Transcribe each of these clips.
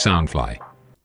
Soundfly。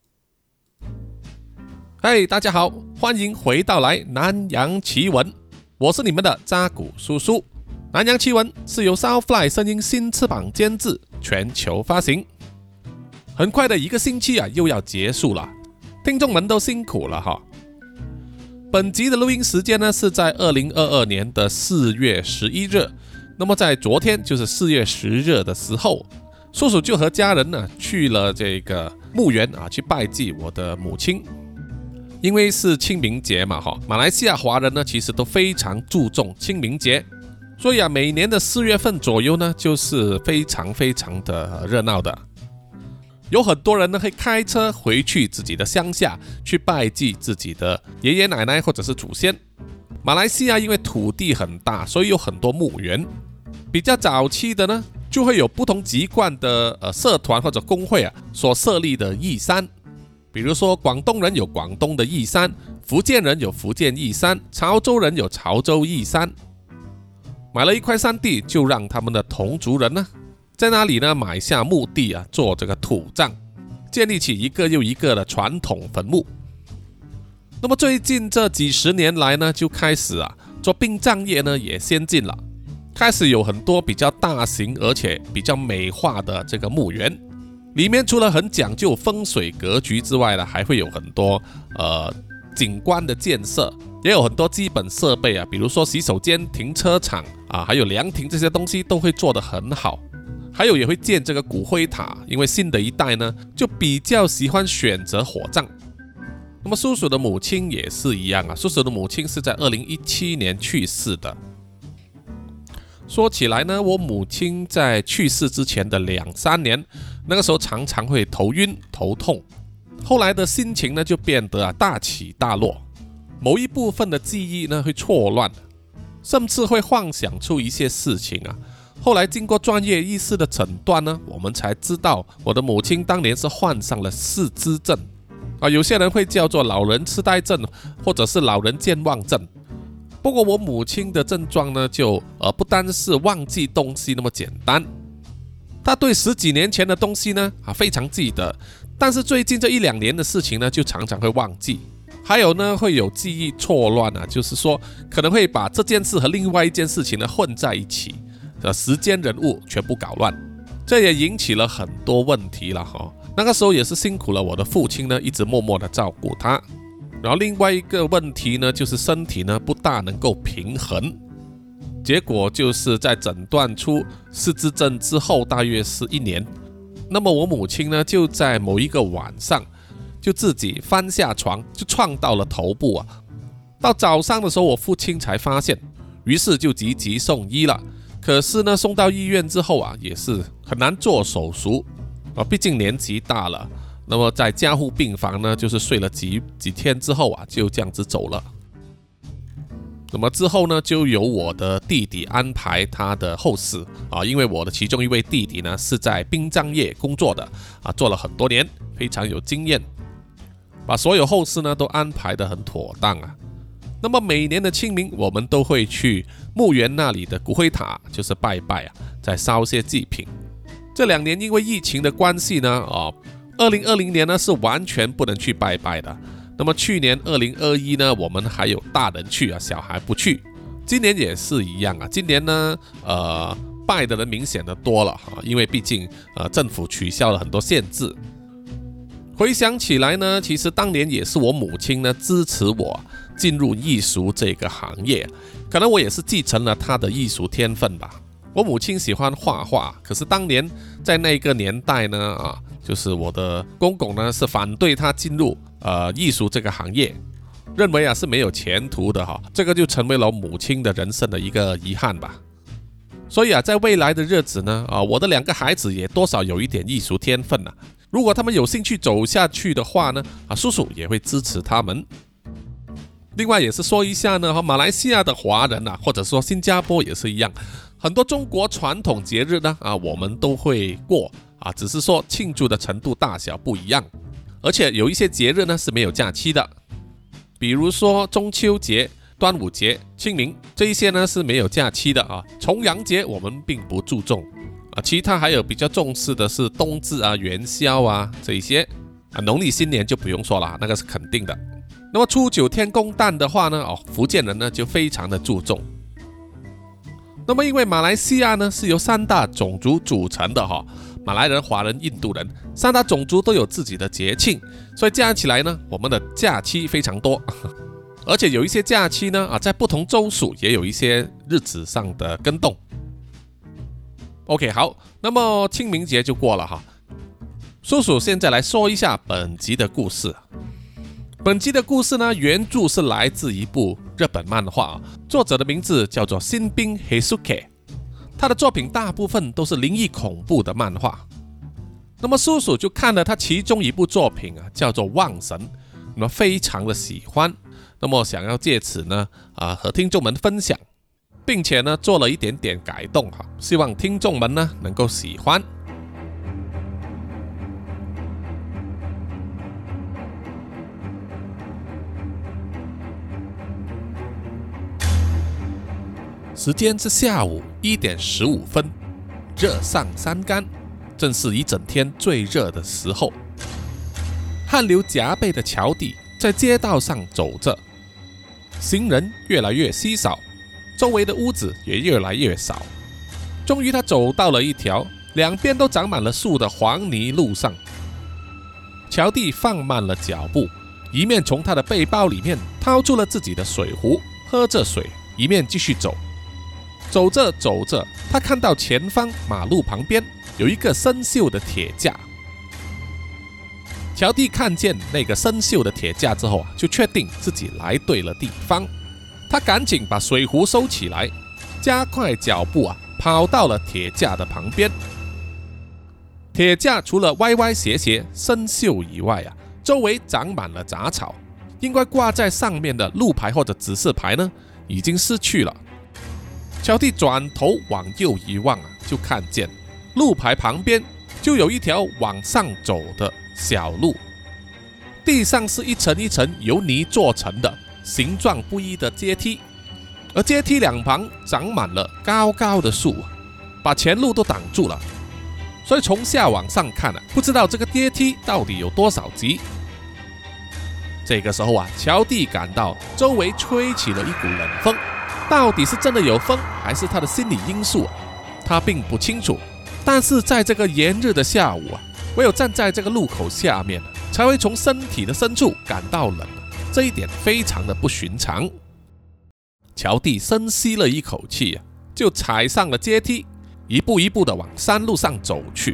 嗨，大家好，欢迎回到南洋奇闻，我是你们的扎古叔叔。南洋奇闻是由 Soundfly 声音新翅膀监制，全球发行。很快的一个星期又要结束了，听众们都辛苦了哈。本集的录音时间呢是在2022年的4月11日，那么在昨天就是4月10日的时候，叔叔就和家人呢去了这个墓园去拜祭我的母亲。因为是清明节嘛马来西亚华人呢其实都非常注重清明节，所以每年的4月份左右呢就是非常的热闹的。有很多人呢会开车回去自己的乡下去拜祭自己的爷爷奶奶或者是祖先。马来西亚因为土地很大，所以有很多墓园。比较早期的呢就会有不同籍贯的社团或者工会所设立的义山。比如说广东人有广东的义山，福建人有福建义山，潮州人有潮州义山。买了一块山地，就让他们的同族人呢在那里呢买下墓地做这个土葬，建立起一个又一个的传统坟墓。那么最近这几十年来呢，就开始做殡葬业呢也先进了，开始有很多比较大型而且比较美化的这个墓园。里面除了很讲究风水格局之外呢，还会有很多景观的建设，也有很多基本设备比如说洗手间、停车场还有凉亭，这些东西都会做得很好。还有也会建这个骨灰塔，因为新的一代呢就比较喜欢选择火葬。那么叔叔的母亲也是一样叔叔的母亲是在2017年去世的。说起来呢，我母亲在去世之前的2-3年，那个时候常常会头晕头痛，后来的心情呢就变得大起大落，某一部分的记忆呢会错乱，甚至会幻想出一些事情后来经过专业医师的诊断呢，我们才知道我的母亲当年是患上了失智症有些人会叫做老人痴呆症或者是老人健忘症。不过我母亲的症状呢就不单是忘记东西那么简单，她对10几年前的东西呢非常记得，但是最近这1-2年的事情呢就常常会忘记。还有呢会有记忆错乱就是说可能会把这件事和另外一件事情呢混在一起，时间人物全部搞乱，这也引起了很多问题了那个时候也是辛苦了我的父亲呢，一直默默的照顾他。然后另外一个问题呢，就是身体呢不大能够平衡，结果就是在诊断出失智症之后大约是1年，那么我母亲呢就在某一个晚上就自己翻下床就撞到了头部到早上的时候我父亲才发现，于是就急急送医了。可是呢送到医院之后也是很难做手术毕竟年纪大了。那么在加护病房呢就是睡了几天之后就这样子走了。那么之后呢就由我的弟弟安排他的后事因为我的其中一位弟弟呢是在殡葬业工作的做了很多年，非常有经验，把所有后事呢都安排得很妥当那么每年的清明我们都会去墓园那里的骨灰塔就是拜拜再烧些祭品。这2年因为疫情的关系呢2020年呢是完全不能去拜拜的。那么去年2021呢我们还有大人去小孩不去。今年也是一样今年呢拜的人明显的多了因为毕竟政府取消了很多限制。回想起来呢，其实当年也是我母亲呢支持我进入艺术这个行业，可能我也是继承了她的艺术天分吧。我母亲喜欢画画，可是当年在那个年代呢就是我的公公呢是反对她进入艺术这个行业，认为是没有前途的这个就成为了母亲的人生的一个遗憾吧。所以在未来的日子呢我的2个孩子也多少有一点艺术天分如果他们有兴趣走下去的话呢叔叔也会支持他们。另外也是说一下呢马来西亚的华人或者说新加坡也是一样，很多中国传统节日呢我们都会过只是说庆祝的程度大小不一样，而且有一些节日呢是没有假期的，比如说中秋节、端午节、清明这一些呢是没有假期的重阳节我们并不注重其他还有比较重视的是冬至啊、元宵啊这一些农历新年就不用说了，那个是肯定的。那么初九天公诞的话呢，福建人呢就非常的注重。那么因为马来西亚呢是由3大种族组成的马来人、华人、印度人，3大种族都有自己的节庆，所以加起来呢，我们的假期非常多，而且有一些假期呢在不同州属也有一些日子上的更动。OK， 好，那么清明节就过了叔叔现在来说一下本集的故事。本集的故事呢，原著是来自一部日本漫画，作者的名字叫做新滨黑สุケ。他的作品大部分都是灵异恐怖的漫画。那么叔叔就看了他其中一部作品叫做《望神》，那么非常的喜欢，那么想要借此呢和听众们分享，并且呢做了一点点改动希望听众们呢能够喜欢。时间是下午1点15分，热上三竿，正是一整天最热的时候。汗流浃背的乔蒂在街道上走着，行人越来越稀少，周围的屋子也越来越少。终于他走到了一条两边都长满了树的黄泥路上。乔蒂放慢了脚步，一面从他的背包里面掏出了自己的水壶，喝着水，一面继续走。走着走着，他看到前方马路旁边有一个生锈的铁架。乔蒂看见那个生锈的铁架之后就确定自己来对了地方。他赶紧把水壶收起来，加快脚步跑到了铁架的旁边。铁架除了歪歪斜斜生锈以外周围长满了杂草，应该挂在上面的路牌或者指示牌呢已经失去了。乔蒂转头往右一望就看见路牌旁边就有一条往上走的小路，地上是一层一层由泥做成的形状不一的阶梯，而阶梯两旁长满了高高的树，把前路都挡住了。所以从下往上看不知道这个阶梯到底有多少级。这个时候乔蒂感到周围吹起了一股冷风，到底是真的有风还是他的心理因素他并不清楚。但是在这个炎热的下午唯有站在这个路口下面才会从身体的深处感到冷，这一点非常的不寻常。乔蒂深吸了一口气就踩上了阶梯，一步一步的往山路上走去。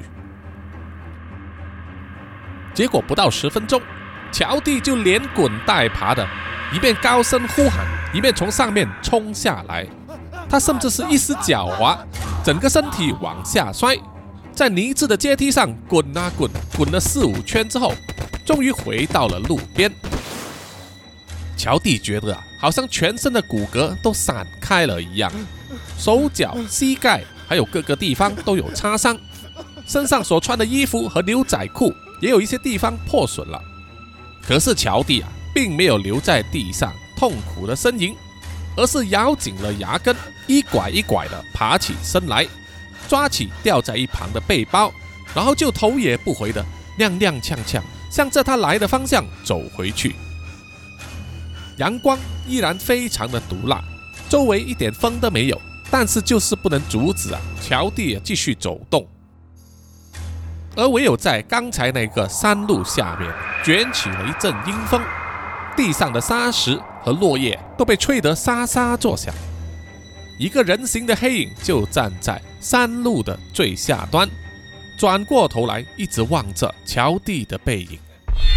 结果不到10分钟，乔蒂就连滚带爬的一边高声呼喊，一边从上面冲下来。他甚至是一时脚滑，整个身体往下摔，在泥质的阶梯上滚啊滚，滚了4-5圈之后，终于回到了路边。乔蒂觉得好像全身的骨骼都散开了一样，手脚、膝盖还有各个地方都有擦伤，身上所穿的衣服和牛仔裤也有一些地方破损了。可是乔蒂并没有留在地上痛苦的呻吟，而是咬紧了牙根，一拐一拐的爬起身来，抓起掉在一旁的背包，然后就头也不回的踉踉跄跄向着他来的方向走回去。阳光依然非常的毒辣，周围一点风都没有，但是就是不能阻止乔蒂继续走动。而唯有在刚才那个山路下面卷起了一阵阴风，地上的沙石和落叶都被吹得沙沙作响。一个人形的黑影就站在山路的最下端，转过头来一直望着乔蒂的背影。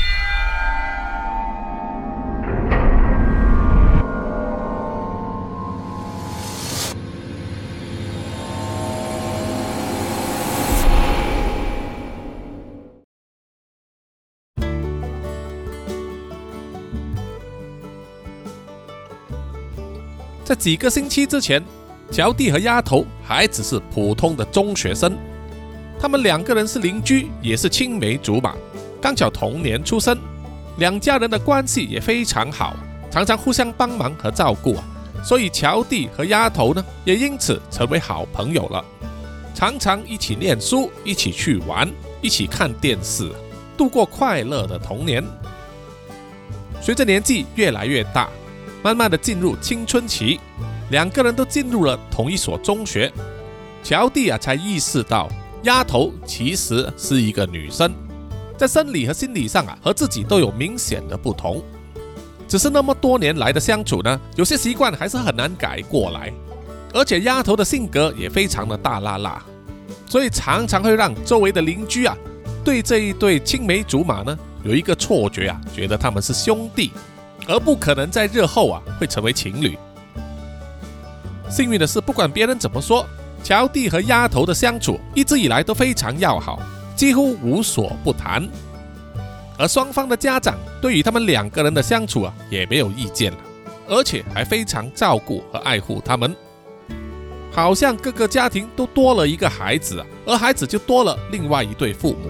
在几个星期之前，乔蒂和丫头还只是普通的中学生，他们2个人是邻居，也是青梅竹马，刚巧同年出生，两家人的关系也非常好，常常互相帮忙和照顾所以乔蒂和丫头呢也因此成为好朋友了。 常常一起念书，一起去玩，一起看电视，度过快乐的童年。随着年纪越来越大，慢慢的进入青春期，两个人都进入了同一所中学。乔蒂才意识到丫头其实是一个女生，在生理和心理上和自己都有明显的不同。只是那么多年来的相处呢，有些习惯还是很难改过来，而且丫头的性格也非常的大辣辣，所以常常会让周围的邻居对这一对青梅竹马呢有一个错觉觉得他们是兄弟，而不可能在日后会成为情侣。幸运的是，不管别人怎么说，乔蒂和丫头的相处一直以来都非常要好，几乎无所不谈。而双方的家长对于他们两个人的相处也没有意见了，而且还非常照顾和爱护他们，好像各个家庭都多了一个孩子而孩子就多了另外一对父母。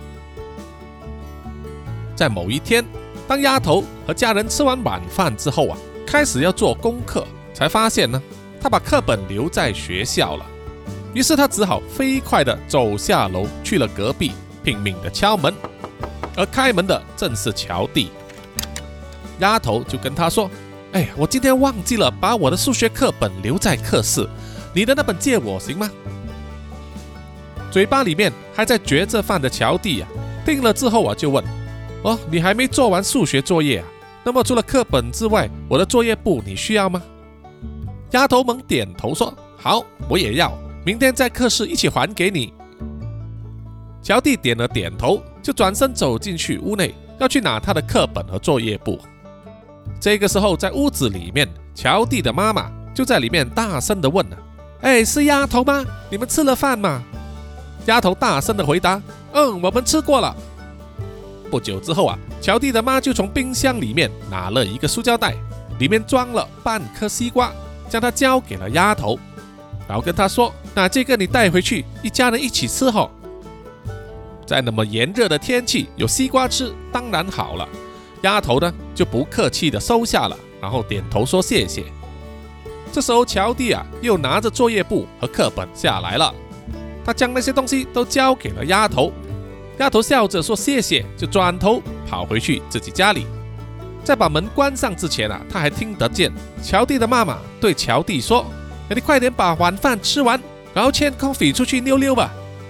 在某一天，当丫头和家人吃完晚饭之后开始要做功课，才发现呢，她把课本留在学校了。于是她只好飞快地走下楼，去了隔壁，拼命地敲门。而开门的正是乔蒂。丫头就跟他说：“我今天忘记了把我的数学课本留在课室，你的那本借我行吗？”嘴巴里面还在嚼着饭的乔蒂听了之后就问：“哦，你还没做完数学作业那么除了课本之外，我的作业簿你需要吗？”丫头猛点头说：“好，我也要，明天在课室一起还给你。”乔蒂点了点头，就转身走进去屋内，要去拿他的课本和作业簿。这个时候，在屋子里面，乔蒂的妈妈就在里面大声地问是丫头吗？你们吃了饭吗？丫头大声地回答：“我们吃过了。”不久之后乔蒂的妈就从冰箱里面拿了一个塑胶袋，里面装了半颗西瓜，将它交给了丫头，然后跟她说：“那这个你带回去，一家人一起吃吼。”在那么炎热的天气，有西瓜吃当然好了。丫头呢就不客气的收下了，然后点头说谢谢。这时候乔蒂又拿着作业簿和课本下来了，他将那些东西都交给了丫头。丫头笑着说谢谢，就转头跑回去自己家里。在把门关上之前他还听得见乔蒂的妈妈对乔蒂说：“你快点把晚饭吃完，然后牵 Coffee 出去溜溜吧。”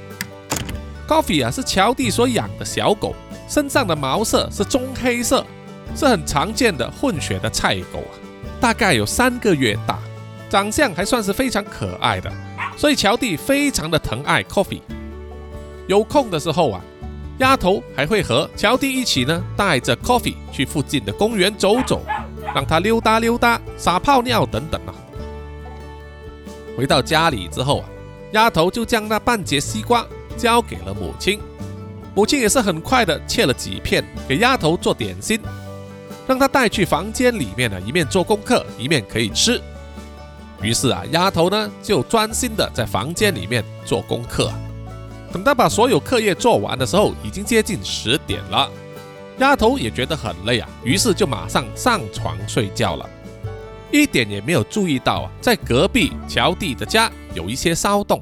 Coffee 是乔蒂所养的小狗，身上的毛色是棕黑色，是很常见的混血的菜狗大概有3个月大，长相还算是非常可爱的，所以乔蒂非常的疼爱 Coffee。 有空的时候丫头还会和乔蒂一起呢，带着 Coffee 去附近的公园走走，让他溜达溜达，撒泡尿等等回到家里之后丫头就将那半截西瓜交给了母亲，母亲也是很快的切了几片给丫头做点心，让她带去房间里面一面做功课一面可以吃。于是丫头呢就专心的在房间里面做功课。等她把所有课业做完的时候，已经接近10点了。丫头也觉得很累于是就马上上床睡觉了，一点也没有注意到在隔壁乔蒂的家有一些骚动。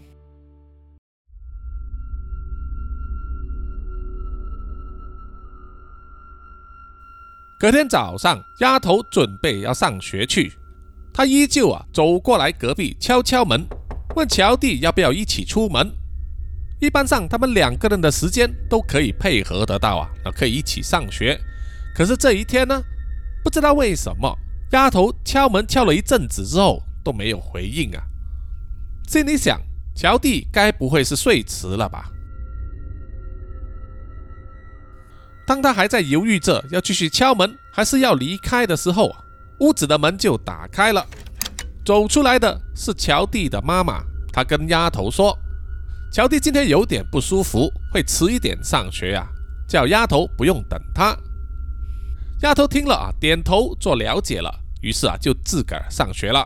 隔天早上，丫头准备要上学去，她依旧走过来隔壁敲敲门，问乔蒂要不要一起出门。一般上他们2个人的时间都可以配合得到可以一起上学。可是这一天呢，不知道为什么丫头敲门敲了一阵子之后都没有回应心里想，乔蒂该不会是睡迟了吧。当他还在犹豫着要继续敲门还是要离开的时候，屋子的门就打开了，走出来的是乔蒂的妈妈。她跟丫头说，乔蒂今天有点不舒服，会迟一点上学叫丫头不用等他。丫头听了点头做了解了，于是就自个儿上学了。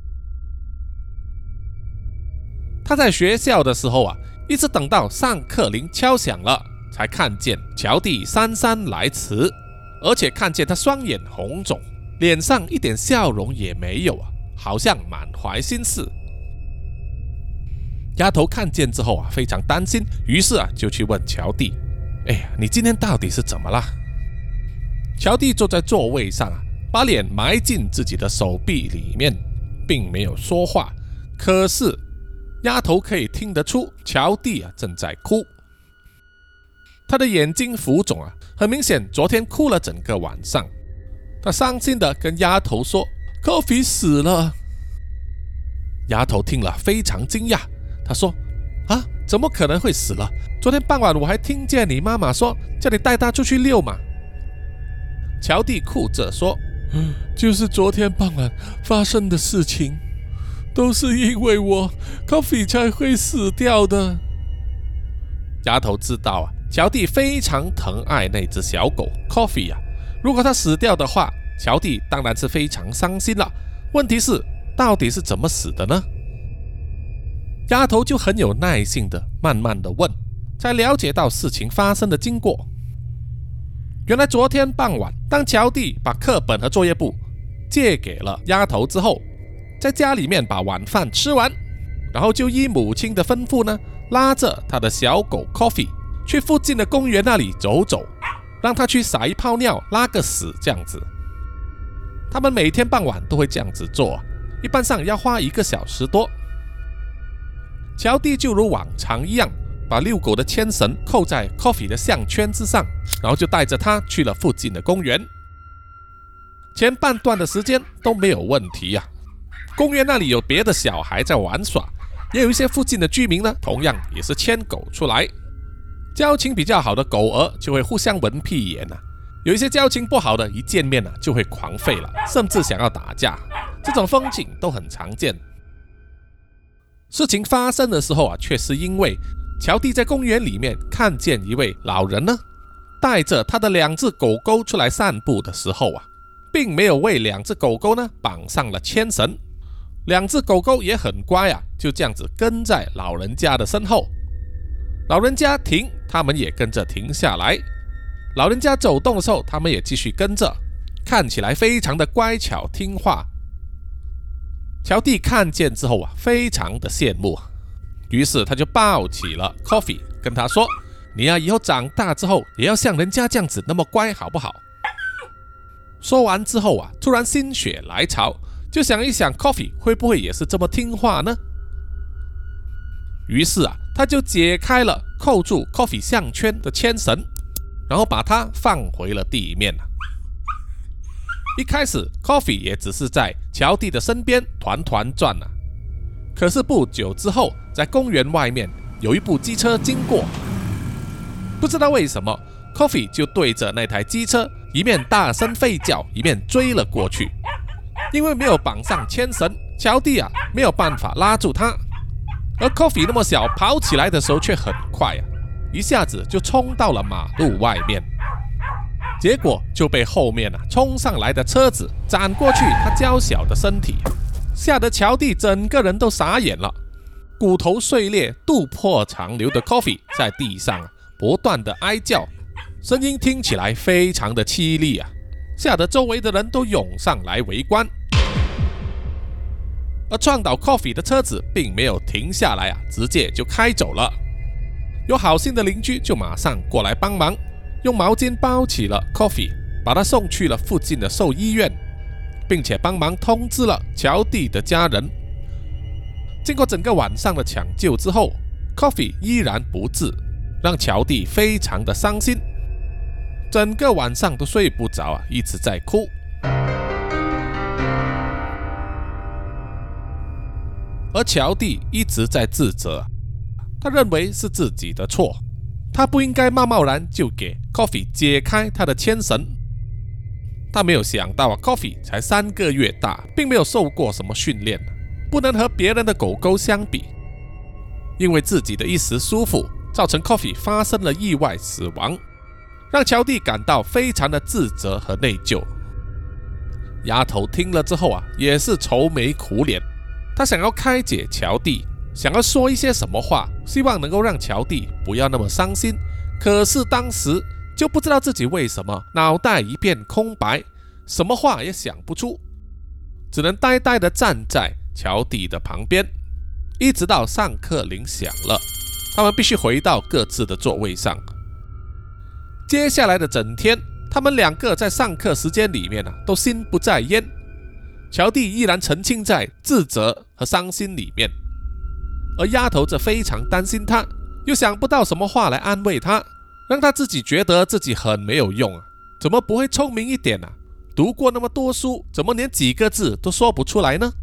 她在学校的时候一直等到上课铃敲响了，才看见乔蒂姗姗来迟，而且看见他双眼红肿，脸上一点笑容也没有好像满怀心事。 丫头看见之后非常担心，于是就去问乔蒂：哎呀，你今天到底是怎么了？乔蒂坐在座位上把脸埋进自己的手臂里面，并没有说话。可是丫头可以听得出乔蒂正在哭，他的眼睛浮肿很明显昨天哭了整个晚上。他伤心的跟丫头说 Coffee 死了。丫头听了非常惊讶，她说怎么可能会死了？昨天傍晚我还听见你妈妈说叫你带她出去遛嘛。乔蒂哭着说，就是昨天傍晚发生的事情，都是因为我 Coffee 才会死掉的。丫头知道乔蒂非常疼爱那只小狗 Coffee 如果它死掉的话，乔蒂当然是非常伤心了。问题是到底是怎么死的呢？丫头就很有耐性的慢慢的问，才了解到事情发生的经过。原来昨天傍晚，当乔蒂把课本和作业簿借给了丫头之后，在家里面把晚饭吃完，然后就依母亲的吩咐呢，拉着他的小狗 Coffee 去附近的公园那里走走，让他去撒一泡尿拉个屎这样子。他们每天傍晚都会这样子做，一般上要花1个小时多。乔蒂就如往常一样，把遛狗的牵绳扣在 Coffee 的项圈之上，然后就带着他去了附近的公园。前半段的时间都没有问题公园那里有别的小孩在玩耍，也有一些附近的居民呢，同样也是牵狗出来。交情比较好的狗儿就会互相闻屁眼有一些交情不好的，一见面就会狂吠了，甚至想要打架，这种风景都很常见。事情发生的时候却是因为乔蒂在公园里面看见一位老人呢，带着他的2只狗狗出来散步的时候并没有为2只狗狗呢绑上了牵绳。2只狗狗也很乖就这样子跟在老人家的身后。老人家停，他们也跟着停下来。老人家走动的时候，他们也继续跟着，看起来非常的乖巧听话。乔蒂看见之后非常的羡慕，于是他就抱起了 Coffee， 跟他说：你以后长大之后也要像人家这样子那么乖好不好？说完之后突然心血来潮，就想一想 Coffee 会不会也是这么听话呢？于是他就解开了扣住 Coffee 项圈的牵绳，然后把它放回了地面。一开始 Coffee 也只是在乔蒂的身边团团转可是不久之后，在公园外面有一部机车经过，不知道为什么 Coffee 就对着那台机车一面大声吠叫，一面追了过去。因为没有绑上牵绳，乔蒂没有办法拉住他，而 Coffee 那么小，跑起来的时候却很快一下子就冲到了马路外面，结果就被后面冲上来的车子斩过去他娇小的身体，吓得乔蒂整个人都傻眼了。骨头碎裂、肚破肠流的 Coffee 在地上不断的哀叫，声音听起来非常的凄厉吓得周围的人都涌上来围观。而撞倒 Coffee 的车子并没有停下来直接就开走了。有好心的邻居就马上过来帮忙，用毛巾包起了 Coffee， 把他送去了附近的兽医院，并且帮忙通知了乔蒂的家人。经过整个晚上的抢救之后， Coffee 依然不治，让乔蒂非常的伤心，整个晚上都睡不着一直在哭。而乔蒂一直在自责，他认为是自己的错，他不应该贸贸然就给 Coffee 解开他的牵绳。他没有想到Coffee 才3个月大，并没有受过什么训练，不能和别人的狗狗相比。因为自己的一时疏忽，造成 Coffee 发生了意外死亡，让乔蒂感到非常的自责和内疚。丫头听了之后也是愁眉苦脸，他想要开解乔蒂，想要说一些什么话，希望能够让乔蒂不要那么伤心。可是当时就不知道自己为什么脑袋一片空白，什么话也想不出，只能呆呆地站在乔蒂的旁边。 一直到上课铃响了，他们必须回到各自的座位上。接下来的整天，他们两个在上课时间里面都心不在焉。乔蒂依然沉浸在自责和伤心里面，而丫头则非常担心他，又想不到什么话来安慰他，让他自己觉得自己很没有用啊！怎么不会聪明一点啊？读过那么多书，怎么连几个字都说不出来呢？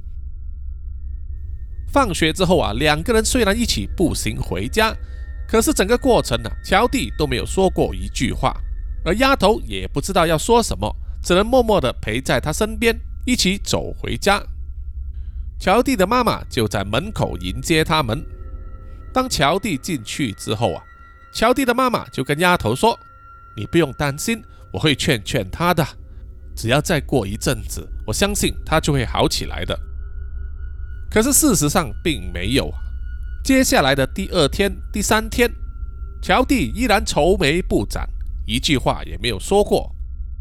放学之后两个人虽然一起步行回家，可是整个过程乔蒂都没有说过一句话，而丫头也不知道要说什么，只能默默地陪在他身边，一起走回家。乔蒂的妈妈就在门口迎接他们。当乔蒂进去之后乔蒂的妈妈就跟丫头说：“你不用担心，我会劝劝他的，只要再过一阵子，我相信他就会好起来的。”可是事实上并没有。接下来的第二天、第三天，乔蒂依然愁眉不展，一句话也没有说过。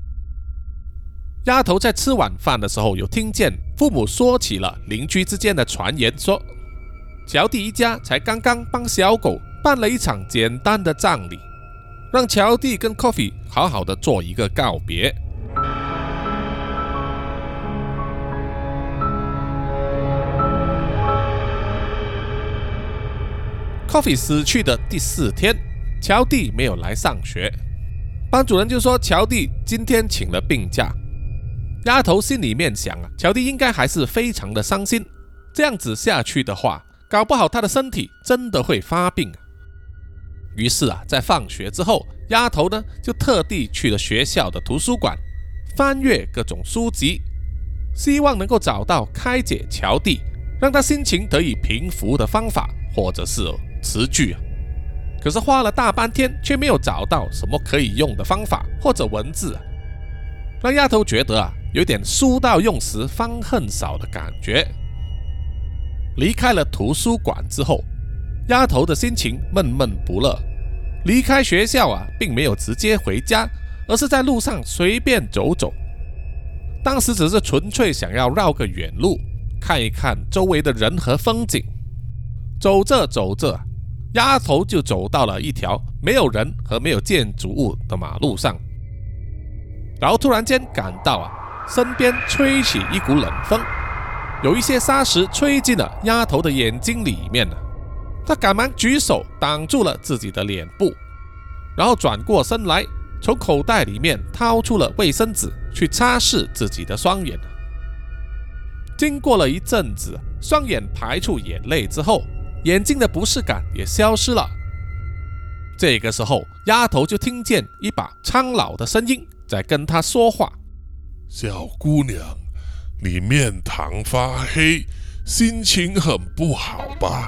丫头在吃晚饭的时候有听见父母说起了邻居之间的传言，说乔蒂一家才刚刚帮小狗办了一场简单的葬礼，让乔蒂跟 Coffee 好好的做一个告别。Coffee 死去的第4天，乔蒂没有来上学，班主任就说乔蒂今天请了病假。丫头心里面想乔蒂应该还是非常的伤心，这样子下去的话，搞不好他的身体真的会发病。于是在放学之后，丫头呢就特地去了学校的图书馆，翻阅各种书籍，希望能够找到开解乔蒂，让他心情得以平复的方法，或者是词句。可是花了大半天，却没有找到什么可以用的方法或者文字，让丫头觉得有点书到用时方恨少的感觉。离开了图书馆之后，丫头的心情闷闷不乐。离开学校并没有直接回家，而是在路上随便走走。当时只是纯粹想要绕个远路，看一看周围的人和风景。走着走着，丫头就走到了一条没有人和没有建筑物的马路上，然后突然间感到身边吹起一股冷风，有一些沙石吹进了丫头的眼睛里面。她赶忙举手挡住了自己的脸部，然后转过身来，从口袋里面掏出了卫生纸去擦拭自己的双眼。经过了一阵子，双眼排出眼泪之后，眼睛的不适感也消失了。这个时候，丫头就听见一把苍老的声音在跟她说话：“ 小姑娘，你面庞发黑，心情很不好吧？”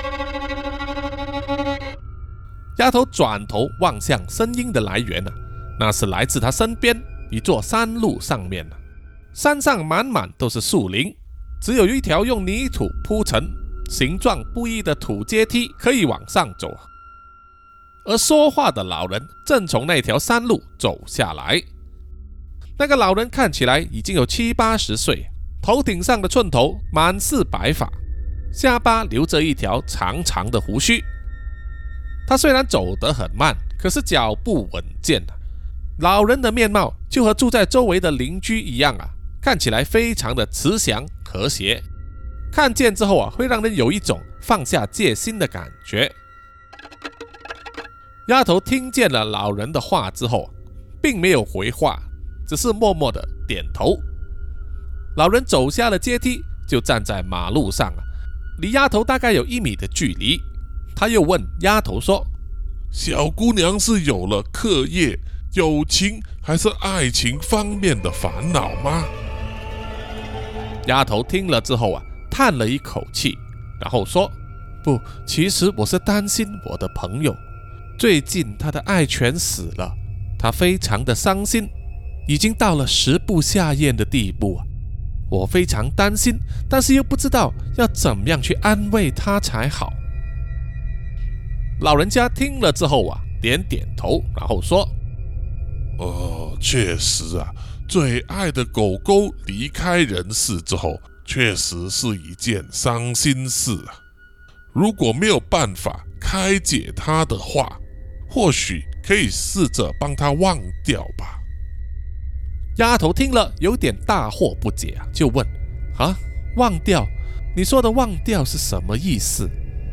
丫头转头望向声音的来源那是来自她身边一座山路上面。山上满满都是树林，只有一条用泥土铺成、形状不一的土阶梯可以往上走。而说话的老人正从那条山路走下来。那个老人看起来已经有70、80岁，头顶上的寸头满是白发，下巴留着一条长长的胡须。他虽然走得很慢，可是脚步稳健。老人的面貌就和住在周围的邻居一样看起来非常的慈祥和谐。看见之后会让人有一种放下戒心的感觉。丫头听见了老人的话之后，并没有回话，只是默默的点头。老人走下了阶梯，就站在马路上离丫头大概有1米的距离。他又问丫头说：“ 小姑娘是有了课业、友情还是爱情方面的烦恼吗？” 丫头听了之后叹了一口气，然后说：“不，其实我是担心我的朋友，最近他的爱犬死了，他非常的伤心，已经到了食不下咽的地步我非常担心，但是又不知道要怎么样去安慰他才好。”老人家听了之后点点头，然后说：“ 确实最爱的狗狗离开人世之后， 确实是一件伤心事啊。如果没有办法开解他的话，或许可以试着帮他忘掉吧。 丫头听了有点大惑不解啊，就问：啊，忘掉？你说的忘掉是什么意思？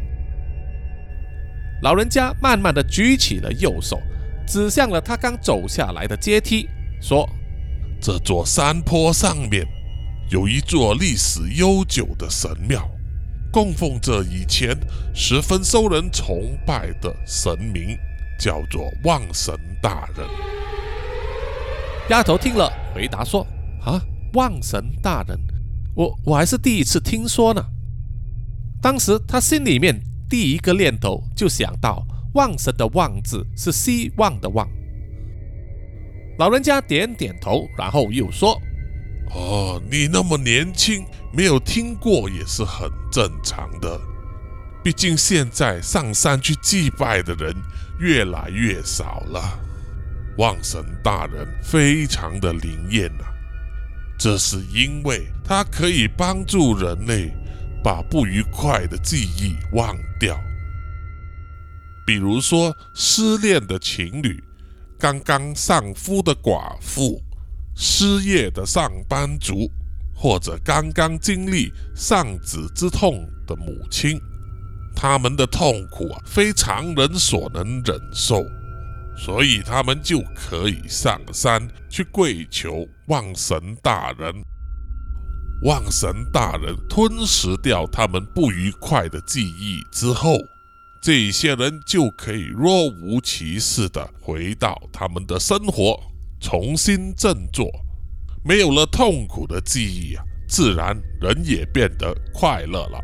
老人家慢慢的举起了右手，指向了他刚走下来的阶梯，说： 这座山坡上面有一座历史悠久的神庙，供奉着以前十分受人崇拜的神明，叫做望神大人。 丫头听了回答说：啊，望神大人，我还是第一次听说呢。当时他心里面第一个念头就想到望神的望字是希望的望。老人家点点头，然后又说： 哦，你那么年轻，没有听过也是很正常的。毕竟现在上山去祭拜的人越来越少了。望神大人非常的灵验啊，这是因为他可以帮助人类把不愉快的记忆忘掉。比如说失恋的情侣，刚刚丧夫的寡妇，失业的上班族，或者刚刚经历丧子之痛的母亲，他们的痛苦非常人所能忍受，所以他们就可以上山去跪求望神大人。望神大人吞噬掉他们不愉快的记忆之后，这些人就可以若无其事地回到他们的生活，重新振作。没有了痛苦的记忆自然人也变得快乐了。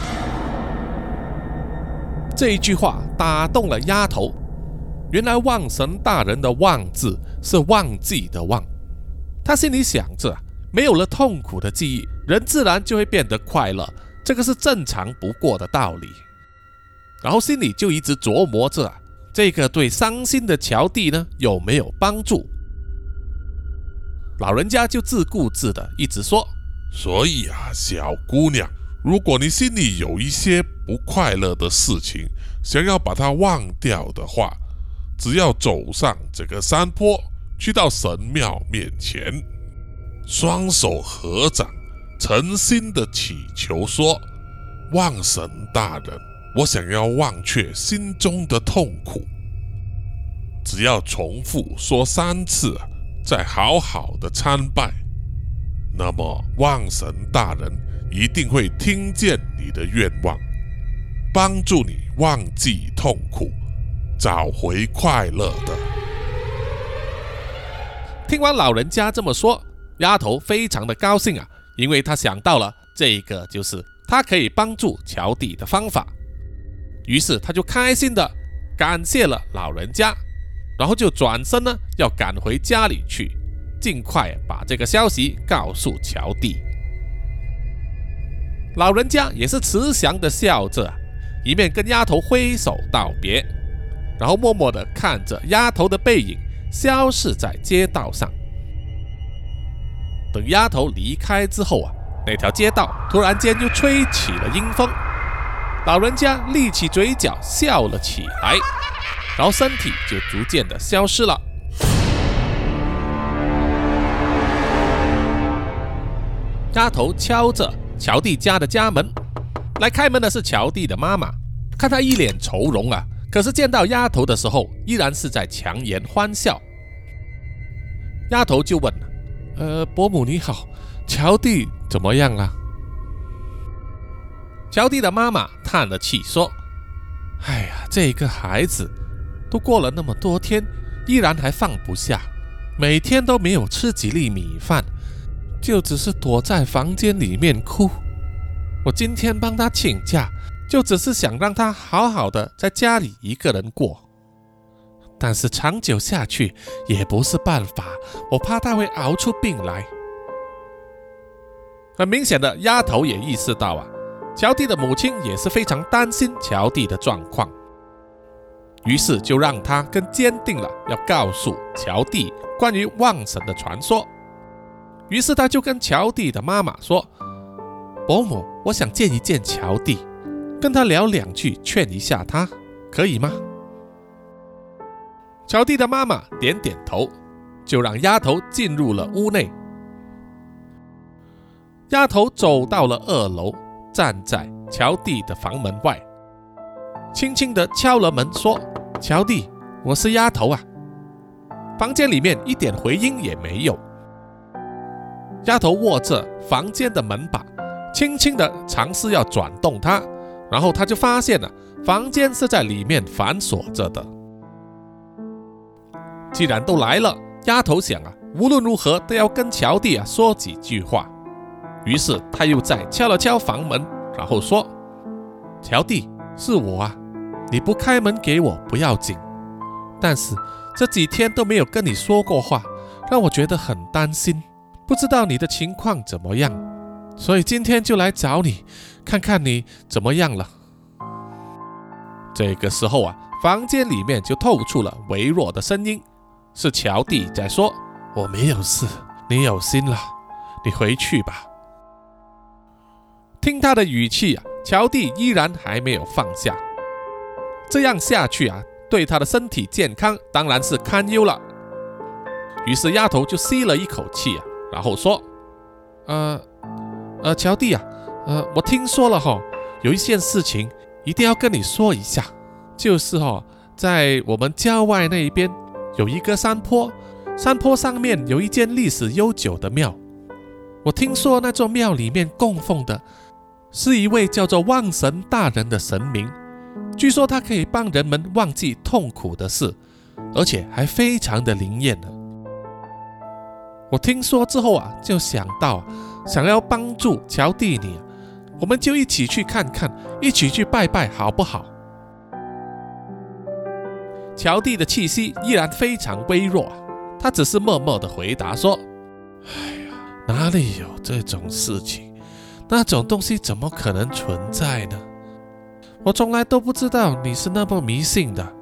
这一句话打动了丫头，原来望神大人的忘字是忘记的忘。她心里想着，没有了痛苦的记忆，人自然就会变得快乐，这个是正常不过的道理。然后心里就一直琢磨着这个对伤心的乔蒂呢有没有帮助。老人家就自顾自的一直说： 所以小姑娘，如果你心里有一些不快乐的事情，想要把它忘掉的话，只要走上这个山坡，去到神庙面前，双手合掌，诚心的祈求说：望神大人，我想要忘却心中的痛苦。只要重复说3次，再好好的参拜，那么望神大人一定会听见你的愿望，帮助你忘记痛苦，找回快乐的。 听完老人家这么说，丫头非常的高兴因为她想到了这个就是她可以帮助乔蒂的方法。于是她就开心的感谢了老人家，然后就转身呢要赶回家里去，尽快把这个消息告诉乔蒂。老人家也是慈祥的笑着一面跟丫头挥手道别，然后默默的看着丫头的背影消失在街道上。等丫头离开之后那条街道突然间又吹起了阴风，老人家立起嘴角笑了起来，然后身体就逐渐的消失了。丫头敲着乔蒂家的家门，来开门的是乔蒂的妈妈，看她一脸愁容可是见到丫头的时候依然是在强颜欢笑。丫头就问伯母你好，乔蒂怎么样了？乔蒂的妈妈叹了气说：哎呀，这个孩子都过了那么多天，依然还放不下，每天都没有吃几粒米饭，就只是躲在房间里面哭。我今天帮他请假，就只是想让他好好的在家里一个人过，但是长久下去也不是办法，我怕他会熬出病来。很明显的，丫头也意识到乔蒂的母亲也是非常担心乔蒂的状况，于是就让他更坚定了要告诉乔蒂关于望神的传说。于是他就跟乔蒂的妈妈说： 伯母，我想见一见乔弟，跟他聊2句，劝一下他，可以吗？乔弟的妈妈点点头，就让丫头进入了屋内。丫头走到了2楼，站在乔弟的房门外，轻轻地敲了门，说：乔弟，我是丫头啊。房间里面一点回音也没有。丫头握着房间的门把，轻轻地尝试要转动它，然后她就发现了房间是在里面反锁着的。既然都来了，丫头想无论如何都要跟乔弟说几句话。于是她又再敲了敲房门，然后说：乔弟，是我你不开门给我不要紧，但是这几天都没有跟你说过话，让我觉得很担心，不知道你的情况怎么样，所以今天就来找你，看看你怎么样了。这个时候房间里面就透出了微弱的声音，是乔弟在说：我没有事，你有心了，你回去吧。听他的语气乔弟依然还没有放下，这样下去对他的身体健康当然是堪忧了。于是丫头就吸了一口气然后说：乔弟我听说了有一件事情一定要跟你说一下，就是在我们郊外那边有一个山坡，山坡上面有一间历史悠久的庙。我听说那座庙里面供奉的是一位叫做望神大人的神明，据说他可以帮人们忘记痛苦的事，而且还非常的灵验呢。我听说之后就想到想要帮助乔弟你，我们就一起去看看，一起去拜拜好不好？乔弟的气息依然非常微弱，他只是默默地回答说：哎呀，哪里有这种事情，那种东西怎么可能存在呢？我从来都不知道你是那么迷信的。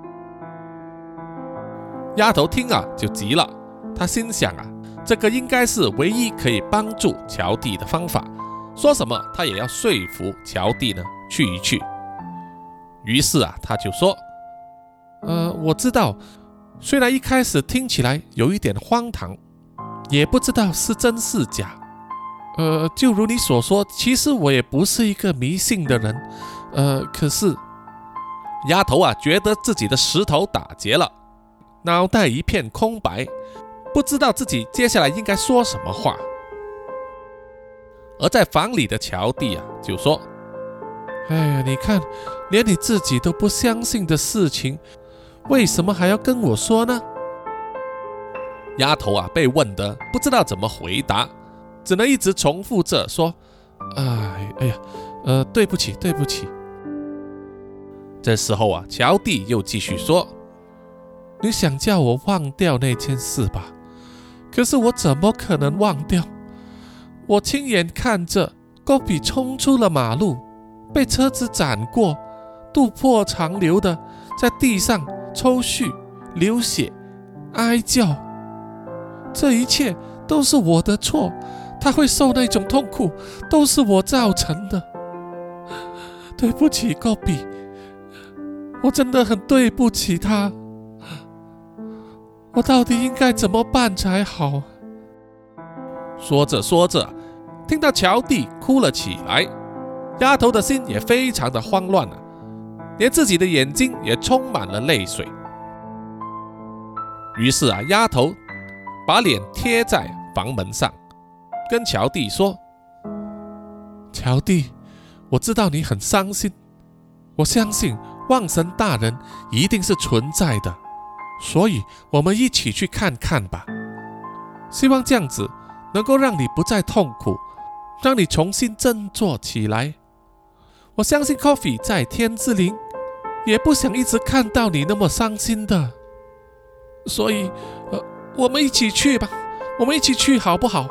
丫头听就急了，她心想这个应该是唯一可以帮助乔弟的方法，说什么她也要说服乔弟呢去一去。于是她就说：我知道，虽然一开始听起来有一点荒唐，也不知道是真是假。就如你所说，其实我也不是一个迷信的人。可是丫头觉得自己的石头打结了，脑袋一片空白，不知道自己接下来应该说什么话。而在房里的乔弟就说：哎呀，你看，连你自己都不相信的事情，为什么还要跟我说呢？丫头被问得不知道怎么回答，只能一直重复着说：哎呀，对不起，对不起。这时候乔弟又继续说：你想叫我忘掉那件事吧？可是我怎么可能忘掉？我亲眼看着高比冲出了马路，被车子斩过，肚破肠流的在地上抽搐、流血、哀叫。这一切都是我的错，他会受那种痛苦，都是我造成的。对不起，高比，我真的很对不起他。我到底应该怎么办才好？说着说着，听到乔弟哭了起来，丫头的心也非常的慌乱连自己的眼睛也充满了泪水。于是丫头把脸贴在房门上，跟乔弟说：乔弟，我知道你很伤心，我相信望神大人一定是存在的，所以我们一起去看看吧。希望这样子能够让你不再痛苦，让你重新振作起来。我相信 Coffee 在天之灵也不想一直看到你那么伤心的，所以我们一起去吧，我们一起去好不好？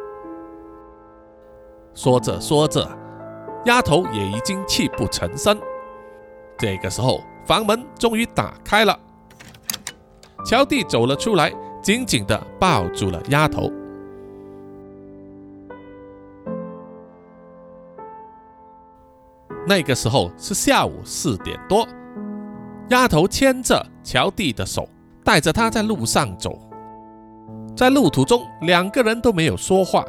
说着说着，丫头也已经泣不成声。这个时候房门终于打开了，乔弟走了出来，紧紧地抱住了丫头。 那个时候是下午4点多，丫头牵着乔蒂的手，带着他在路上走。在路途中，两个人都没有说话。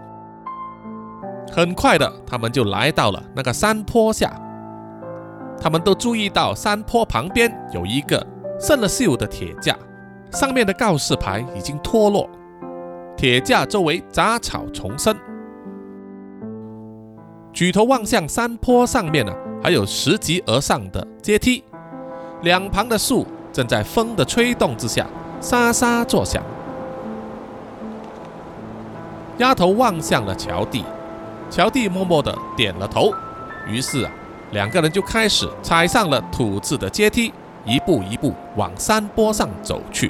很快的，他们就来到了那个山坡下。他们都注意到山坡旁边有一个生了锈的铁架，上面的告示牌已经脱落，铁架周围杂草丛生。举头望向山坡上面还有拾级而上的阶梯，两旁的树正在风的吹动之下沙沙作响。丫头望向了乔蒂，乔蒂默默地点了头。于是两个人就开始踩上了土质的阶梯，一步一步往山坡上走去。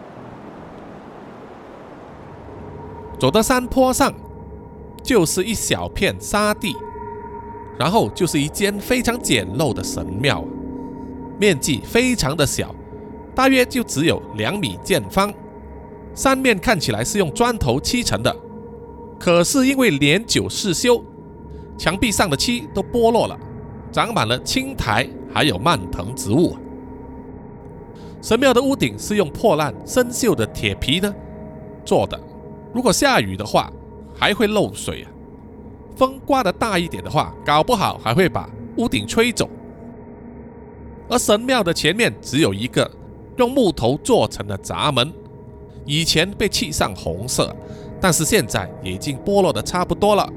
走到山坡上，就是一小片沙地，然后就是一间非常简陋的神庙，面积非常的小，大约就只有2米见方，三面看起来是用砖头砌成的。可是因为年久失修，墙壁上的漆都剥落了，长满了青苔还有蔓藤植物。神庙的屋顶是用破烂生锈的铁皮做的，如果下雨的话还会漏水风刮得大一点的话，搞不好还会把屋顶吹走。而神庙的前面只有一个用木头做成的闸门，以前被漆上红色，但是现在也已经剥落的差不多了。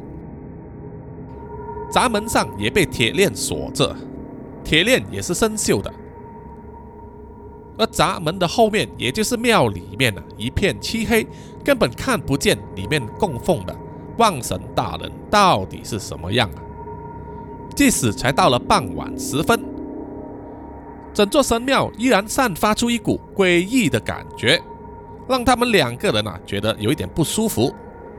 闸门上也被铁链锁着，铁链也是生锈的。而闸门的后面，也就是庙里面一片漆黑，根本看不见里面供奉的望神大人到底是什么样即使才到了傍晚时分，整座神庙依然散发出一股诡异的感觉，让他们两个人觉得有一点不舒服。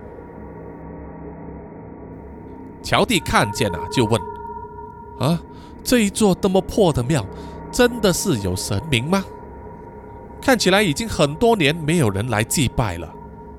乔蒂看见就问：这一座这么破的庙，真的是有神明吗？看起来已经很多年没有人来祭拜了。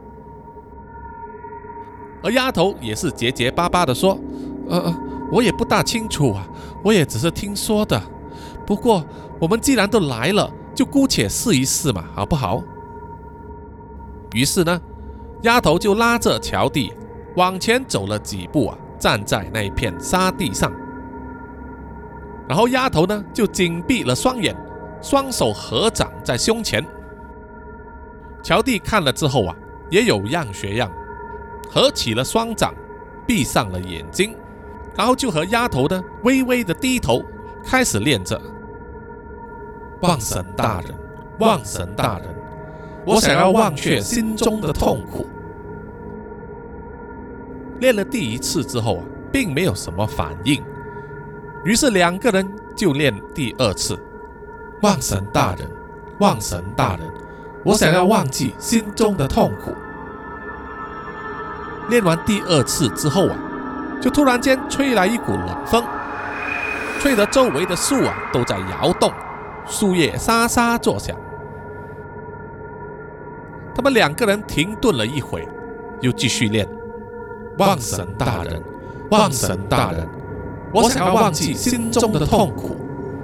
而丫头也是结结巴巴的说：我也不大清楚我也只是听说的。不过我们既然都来了，就姑且试一试嘛，好不好？于是丫头就拉着乔蒂往前走了几步站在那一片沙地上。然后丫头就紧闭了双眼，双手合掌在胸前。乔蒂看了之后也有样学样，合起了双掌，闭上了眼睛，然后就和丫头微微的低头，开始念着：望神大人，望神大人，我想要忘却心中的痛苦。练了第1次之后并没有什么反应，于是两个人就练第2次：望神大人，望神大人，我想要忘记心中的痛苦。练完第2次之后就突然间吹来一股冷风，吹得周围的树都在摇动，树叶沙沙作响。他们两个人停顿了一会，又继续练：望神大人，望神大人，我想要忘记心中的痛苦。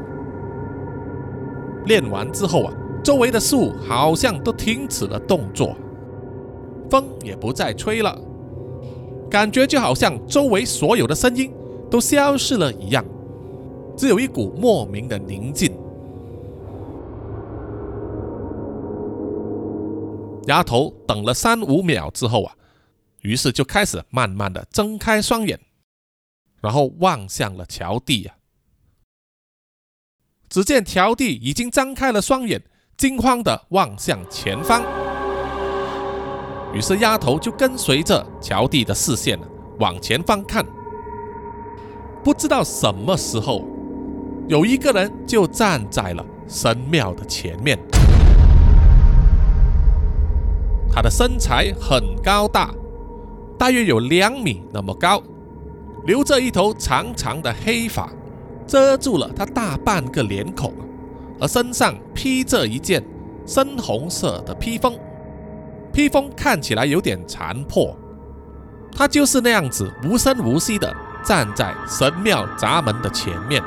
练完之后周围的树好像都停止了动作，风也不再吹了，感觉就好像周围所有的声音都消失了一样，只有一股莫名的宁静。丫头等了3-5秒之后于是就开始慢慢的睁开双眼，然后望向了乔蒂只见乔蒂已经张开了双眼，惊慌的望向前方。于是丫头就跟随着乔蒂的视线往前方看。不知道什么时候，有一个人就站在了神庙的前面。他的身材很高大，大约有2米那么高，留着一头长长的黑发，遮住了他大半个脸孔，而身上披着一件深红色的披风，披风看起来有点残破。他就是那样子无声无息的站在神庙闸门的前面。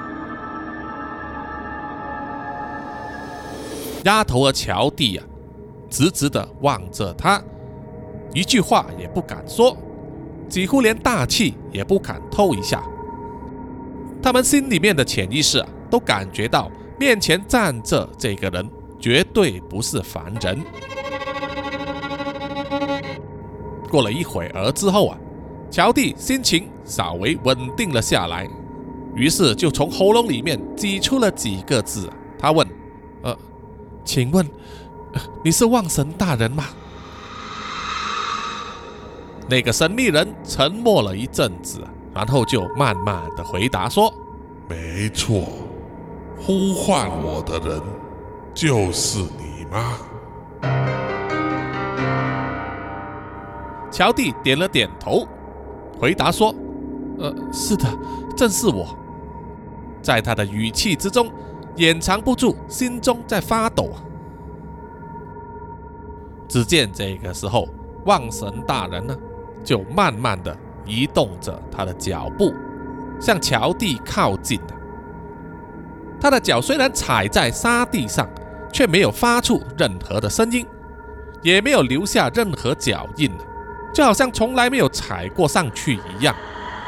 丫头和乔蒂直直地望着他，一句话也不敢说，几乎连大气也不敢透一下。他们心里面的潜意识都感觉到面前站着这个人绝对不是凡人。过了一会儿之后乔蒂心情稍微稳定了下来，于是就从喉咙里面挤出了几个字。他问：请问你是望神大人吗？那个神秘人沉默了一阵子，然后就慢慢的回答说： 没错，呼唤我的人就是你吗？ 乔蒂点了点头，回答说：是的，正是我。在他的语气之中掩藏不住心中在发抖。只见这个时候望神大人呢，就慢慢的移动着他的脚步向乔蒂靠近。他的脚虽然踩在沙地上，却没有发出任何的声音，也没有留下任何脚印，就好像从来没有踩过上去一样。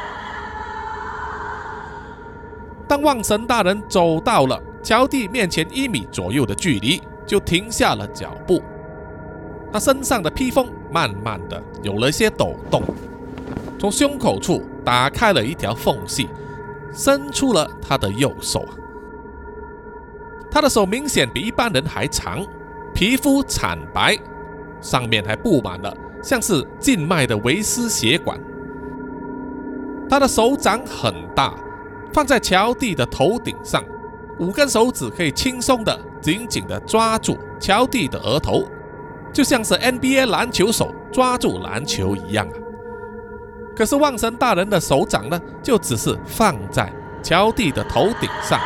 当望神大人走到了乔蒂面前1米左右的距离，就停下了脚步。他身上的披风慢慢的有了一些抖动，从胸口处打开了一条缝隙，伸出了他的右手。他的手明显比一般人还长，皮肤惨白，上面还布满了像是静脉的微丝血管。他的手掌很大，放在乔蒂的头顶上，5根手指可以轻松的紧紧的抓住乔蒂的额头，就像是 NBA 篮球手抓住篮球一样。可是望神大人的手掌呢，就只是放在乔蒂的头顶上。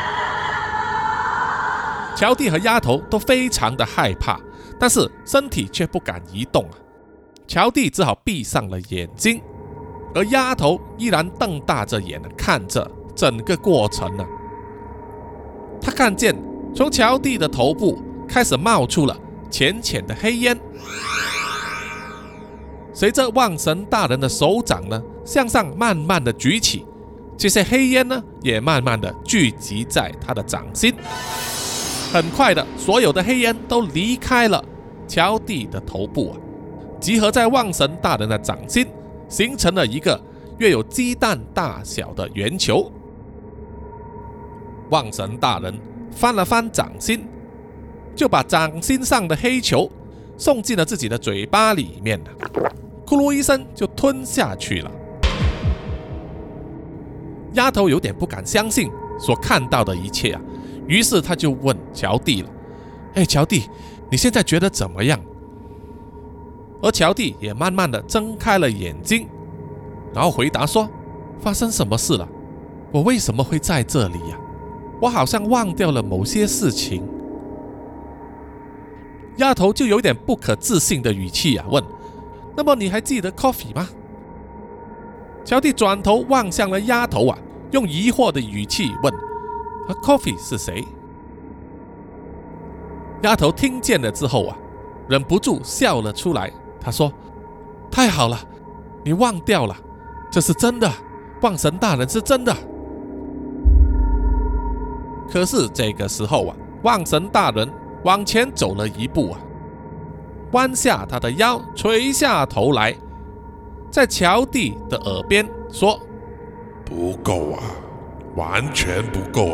乔蒂和丫头都非常的害怕，但是身体却不敢移动。乔蒂只好闭上了眼睛，而丫头依然瞪大着眼看着整个过程。他看见从乔蒂的头部开始冒出了浅浅的黑烟，随着望神大人的手掌呢向上慢慢的举起，这些黑烟呢也慢慢的聚集在他的掌心。很快的，所有的黑烟都离开了乔蒂的头部，集合在望神大人的掌心，形成了一个约有鸡蛋大小的圆球。望神大人翻了翻掌心，就把掌心上的黑球送进了自己的嘴巴里面，咕噜一声就吞下去了。丫头有点不敢相信所看到的一切，于是他就问乔蒂了：乔蒂，你现在觉得怎么样？而乔蒂也慢慢的睁开了眼睛，然后回答说：发生什么事了？我为什么会在这里呀？我好像忘掉了某些事情。丫头就有点不可置信的语气问：那么你还记得 Coffee 吗？乔蒂转头望向了丫头用疑惑的语气问：Coffee 是谁？丫头听见了之后忍不住笑了出来。她说：太好了，你忘掉了，这是真的，望神大人是真的。可是这个时候望神大人往前走了一步弯下他的腰，垂下头来，在乔蒂的耳边说： 不够完全不够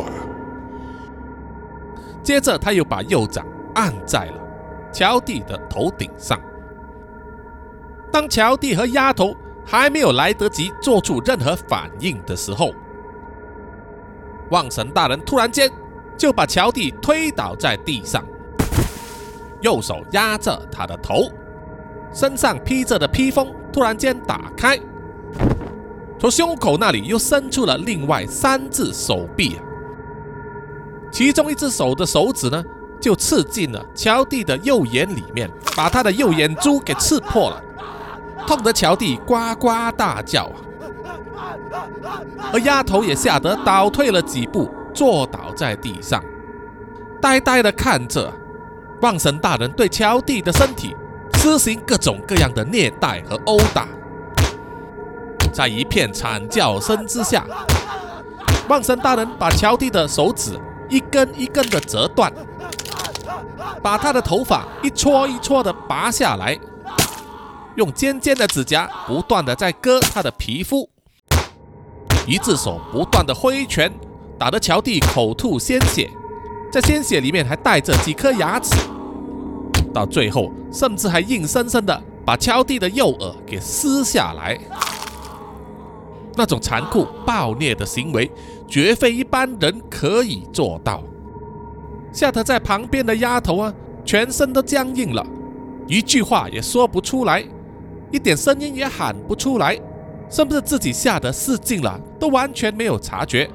接着他又把右掌按在了乔蒂的头顶上。当乔蒂和丫头还没有来得及做出任何反应的时候，望神大人突然间就把乔蒂推倒在地上，右手压着他的头，身上披着的披风突然间打开，从胸口那里又伸出了另外3只手臂，其中一只手的手指呢就刺进了乔蒂的右眼里面，把他的右眼珠给刺破了，痛得乔蒂呱呱大叫而丫头也吓得倒退了几步，坐倒在地上，呆呆地看着望神大人对乔蒂的身体施行各种各样的虐待和殴打。在一片惨叫声之下，望神大人把乔蒂的手指一根一根的折断，把他的头发一撮一撮的拔下来，用尖尖的指甲不断的在割他的皮肤，一只手不断的挥拳，打得乔蒂口吐鲜血，在鲜血里面还带着几颗牙齿，到最后甚至还硬生生的把乔蒂的右耳给撕下来。那种残酷暴虐的行为绝非一般人可以做到，吓得在旁边的丫头啊，全身都僵硬了，一句话也说不出来，一点声音也喊不出来，甚至自己吓得失禁了都完全没有察觉。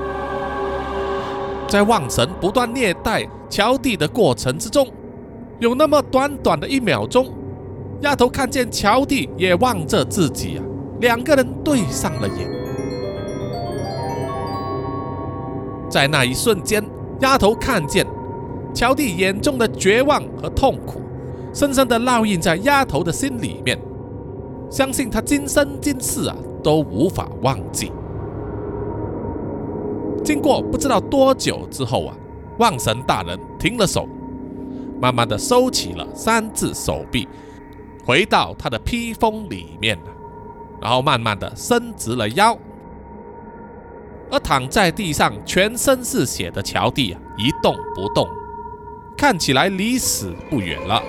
在望神不断虐待乔蒂的过程之中，有那么短短的1秒钟，丫头看见乔蒂也望着自己啊，两个人对上了眼。在那一瞬间，丫头看见乔蒂眼中的绝望和痛苦，深深地烙印在丫头的心里面，相信她今生今世啊都无法忘记。经过不知道多久之后啊，望神大人停了手，慢慢地收起了3只手臂，回到他的披风里面，然后慢慢地伸直了腰。而躺在地上全身是血的乔蒂一动不动，看起来离死不远了。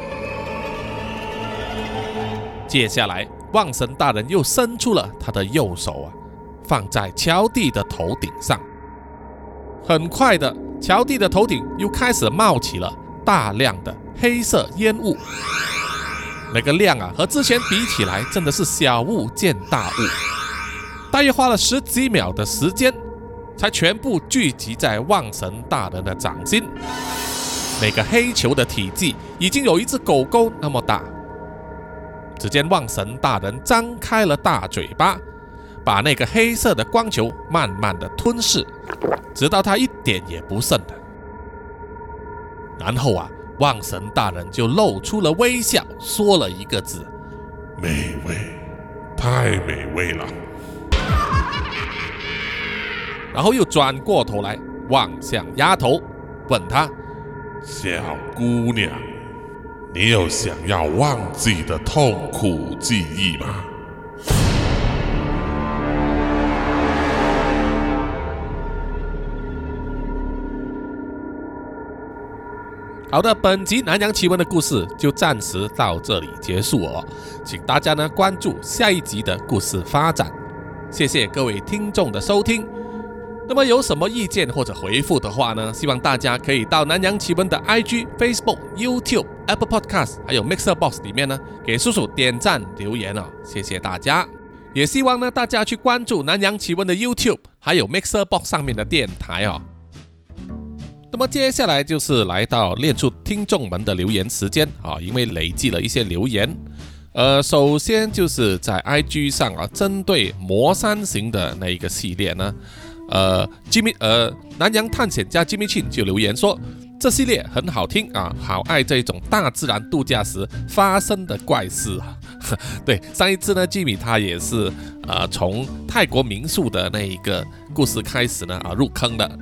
接下来望神大人又伸出了他的右手放在乔蒂的头顶上。很快的，乔蒂的头顶又开始冒起了大量的黑色烟雾，那个量和之前比起来真的是小巫见大巫，大约花了10几秒的时间，才全部聚集在望神大人的掌心。那个黑球的体积已经有一只狗狗那么大。只见望神大人张开了大嘴巴，把那个黑色的光球慢慢的吞噬，直到它一点也不剩了。然后望神大人就露出了微笑，说了一个字： 美味，太美味了。 然后又转过头来望向丫头，问她： 小姑娘，你有想要忘记的痛苦记忆吗？ 好的，本集南洋奇闻的故事就暂时到这里结束请大家呢关注下一集的故事发展。谢谢各位听众的收听。那么有什么意见或者回复的话呢，希望大家可以到南洋奇闻的 IG、Facebook、YouTube、Apple Podcast 还有 Mixer Box 里面呢给叔叔点赞留言谢谢大家。也希望呢大家去关注南洋奇闻的 YouTube 还有 Mixer Box 上面的电台那么接下来就是来到列出听众们的留言时间因为累积了一些留言。首先就是在 IG 上针对魔山行的那一个系列呢南洋探险家 Jimmy Chin 就留言说，这系列很好听好爱这种大自然度假时发生的怪事对，上一次呢 Jimmy 他也是从泰国民宿的那一个故事开始呢入坑的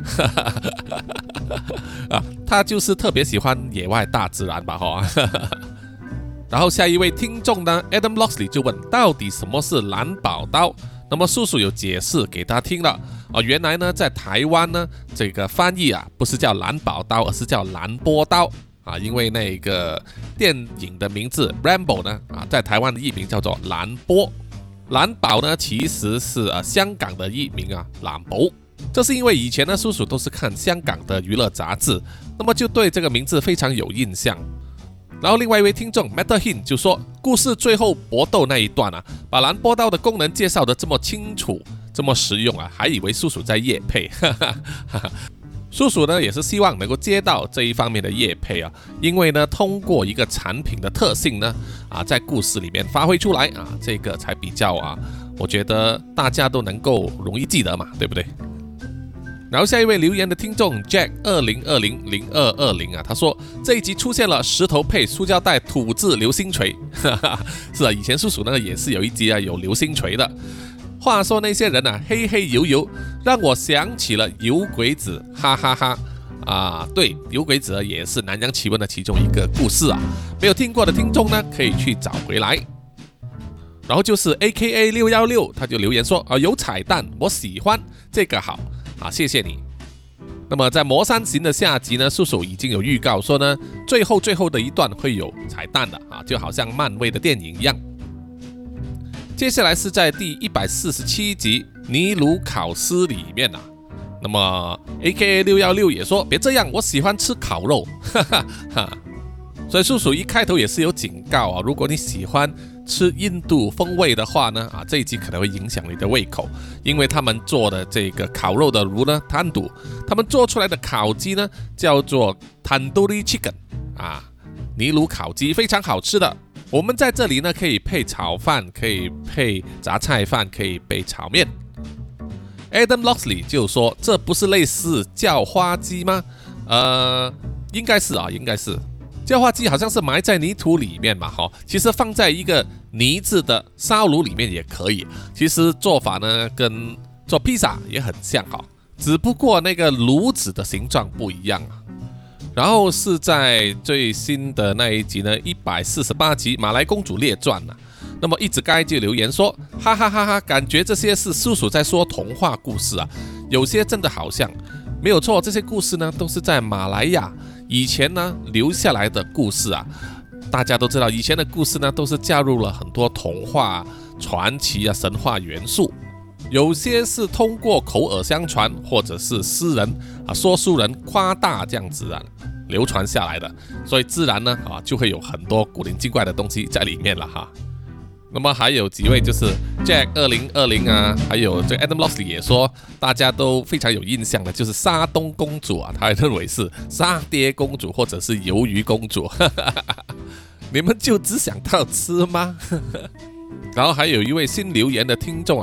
他就是特别喜欢野外大自然吧然后下一位听众呢 Adam Loxley 就问，到底什么是蓝宝刀？那么叔叔有解释给他听了原来呢在台湾呢这个翻译不是叫蓝宝刀，而是叫蓝波刀因为那个电影的名字 Rambo 呢在台湾的译名叫做蓝波，蓝宝呢其实是香港的译名蓝博。这是因为以前呢叔叔都是看香港的娱乐杂志，那么就对这个名字非常有印象。然后另外一位听众 Metahin 就说，故事最后搏斗那一段把蓝波刀的功能介绍得这么清楚这么实用还以为叔叔在业配叔叔呢也是希望能够接到这一方面的业配因为呢通过一个产品的特性呢在故事里面发挥出来这个才比较我觉得大家都能够容易记得嘛，对不对？然后下一位留言的听众 Jack 20200220啊，他说这一集出现了石头配塑胶袋土制流星锤，是啊，以前叔叔呢也是有一集啊有流星锤的。话说那些人啊黑黑油油，让我想起了油鬼子，哈哈哈。对，油鬼子也是南洋奇闻的其中一个故事啊，没有听过的听众呢可以去找回来。然后就是 AKA616，他就留言说有彩蛋，我喜欢这个好。谢谢你。那么在魔山行的下集呢，叔叔已经有预告说呢，最后的一段会有彩蛋的就好像漫威的电影一样。接下来是在第147集尼鲁考斯里面那么 AKA616 也说别这样，我喜欢吃烤肉，哈哈哈。所以叔叔一开头也是有警告如果你喜欢吃印度风味的话呢，这一集可能会影响你的胃口，因为他们做的这个烤肉的炉呢，Tandu，他们做出来的烤鸡呢叫做 Tandoori Chicken 尼鲁烤鸡，非常好吃的。我们在这里呢可以配炒饭，可以配杂菜饭，可以配炒面。Adam Loxley 就说这不是类似叫花鸡吗？应该是应该是。叫花鸡好像是埋在泥土里面嘛，其实放在一个泥质的烧炉里面也可以。其实做法呢跟做披萨也很像只不过那个炉子的形状不一样然后是在最新的那一集呢148集马来公主列传那么一直该就留言说哈哈哈哈，感觉这些是叔叔在说童话故事有些真的好像没有错，这些故事呢都是在马来亚以前呢留下来的故事大家都知道以前的故事呢都是加入了很多童话、传奇神话元素，有些是通过口耳相传或者是诗人说书人夸大这样子流传下来的，所以自然呢就会有很多古灵精怪的东西在里面了那么还有几位就是 Jack 2020还有这 Adam Loxley 也说大家都非常有印象的就是沙东公主他认为是沙爹公主或者是鱿鱼公主你们就只想到吃吗然后还有一位新留言的听众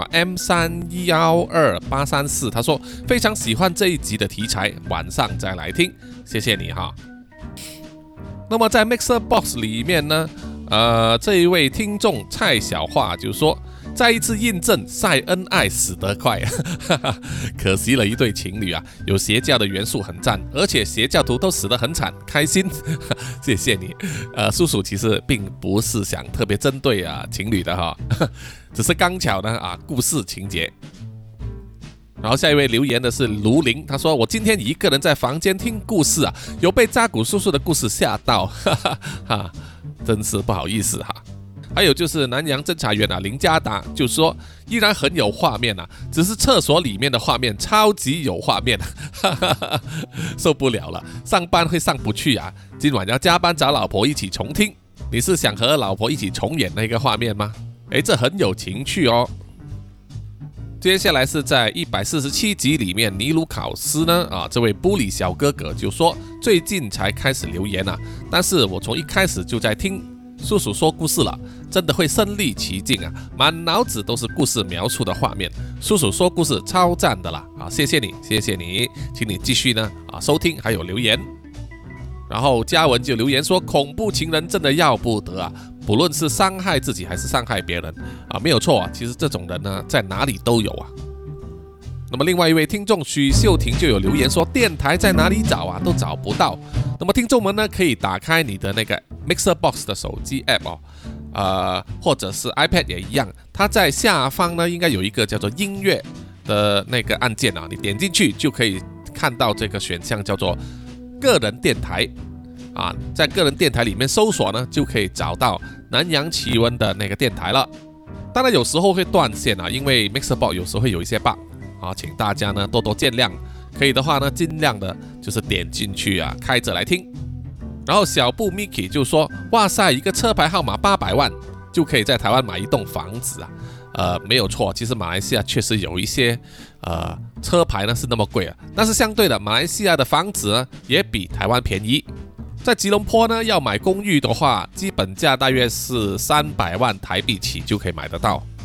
M312834 他说非常喜欢这一集的题材，晚上再来听，谢谢你那么在 Mixer Box 里面呢这一位听众蔡小华就说再一次印证晒恩爱死得快可惜了一对情侣有邪教的元素很赞，而且邪教徒都死得很惨，开心谢谢你叔叔其实并不是想特别针对情侣的只是刚巧呢故事情节。然后下一位留言的是卢林，他说我今天一个人在房间听故事有被扎古叔叔的故事吓到真是不好意思还有就是南洋侦查员林家达就说依然很有画面只是厕所里面的画面超级有画面受不了了，上班会上不去今晚要加班找老婆一起重听。你是想和老婆一起重演那个画面吗？这很有情趣接下来是在147集里面，尼鲁考斯呢这位布里小哥哥就说最近才开始留言但是我从一开始就在听叔叔说故事了，真的会身临其境满脑子都是故事描述的画面，叔叔说故事超赞的啦谢谢你，谢谢你，请你继续呢收听还有留言。然后嘉文就留言说恐怖情人真的要不得不论是伤害自己还是伤害别人没有错其实这种人呢在哪里都有那么另外一位听众许秀婷就有留言说电台在哪里找都找不到。那么听众们呢可以打开你的那个 Mixer Box 的手机 App或者是 iPad 也一样，它在下方呢应该有一个叫做音乐的那个按键你点进去就可以看到这个选项叫做个人电台在个人电台里面搜索呢就可以找到南洋奇闻的那个电台了。当然有时候会断线因为 Mixer Box 有时候会有一些 bug请大家呢多多见谅，可以的话呢尽量的就是点进去开着来听。然后小布 Mickey 就说哇塞，一个车牌号码800万就可以在台湾买一栋房子没有错，其实马来西亚确实有一些车牌呢是那么贵但是相对的马来西亚的房子呢也比台湾便宜。在吉隆坡呢要买公寓的话，基本价大约是300万台币起就可以买得到。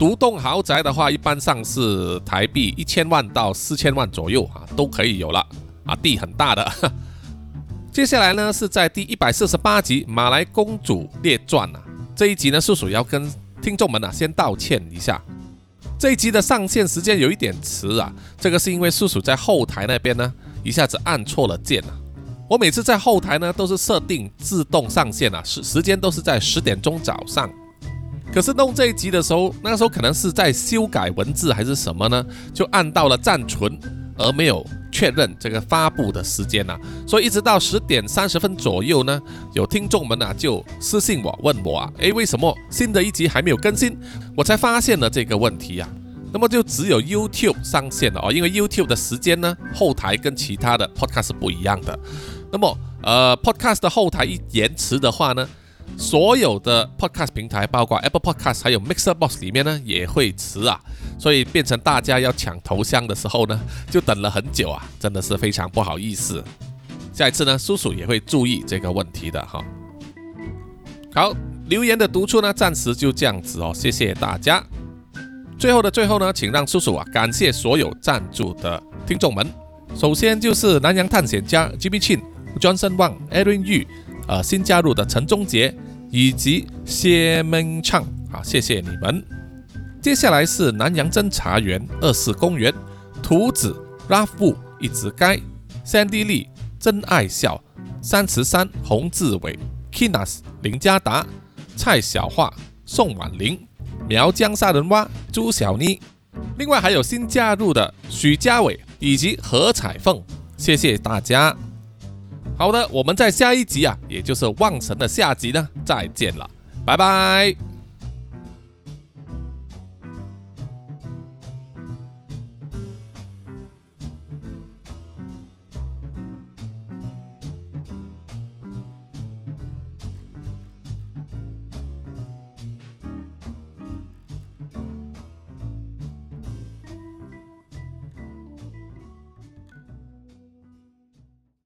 独栋豪宅的话，一般上是台币1000万到4000万左右都可以有了地很大的。接下来呢是在第148集《马来公主列传》这一集呢，叔叔要跟听众们先道歉一下。这一集的上线时间有一点迟这个是因为叔叔在后台那边呢一下子按错了键我每次在后台呢都是设定自动上线时间都是在10点钟早上。可是弄这一集的时候，那个时候可能是在修改文字还是什么呢，就按到了暂存，而没有确认这个发布的时间所以一直到10点30分左右呢，有听众们就私信我问我为什么新的一集还没有更新，我才发现了这个问题那么就只有 YouTube 上线了因为 YouTube 的时间呢，后台跟其他的 Podcast 是不一样的。那么Podcast 的后台一延迟的话呢，所有的 Podcast 平台包括 Apple Podcast 还有 Mixer Box 里面呢也会迟所以变成大家要抢头香的时候呢，就等了很久真的是非常不好意思。下一次呢，叔叔也会注意这个问题的好，留言的读出呢，暂时就这样子谢谢大家。最后的最后呢，请让叔叔感谢所有赞助的听众们。首先就是南洋探险家 Jimmy Chin、Johnson Wang、Aaron Yu，新加入的陈忠杰以及谢明畅谢谢你们。接下来是南洋侦查员24公园、图子、Ralph 一直该、Sandy Lee、真爱笑、313、洪志伟、Kinas、林家达、蔡小桦、宋婉玲、苗疆杀人蛙、朱小妮，另外还有新加入的许家伟以及何彩凤，谢谢大家。好的，我们在下一集也就是望神的下集呢再见了，拜拜。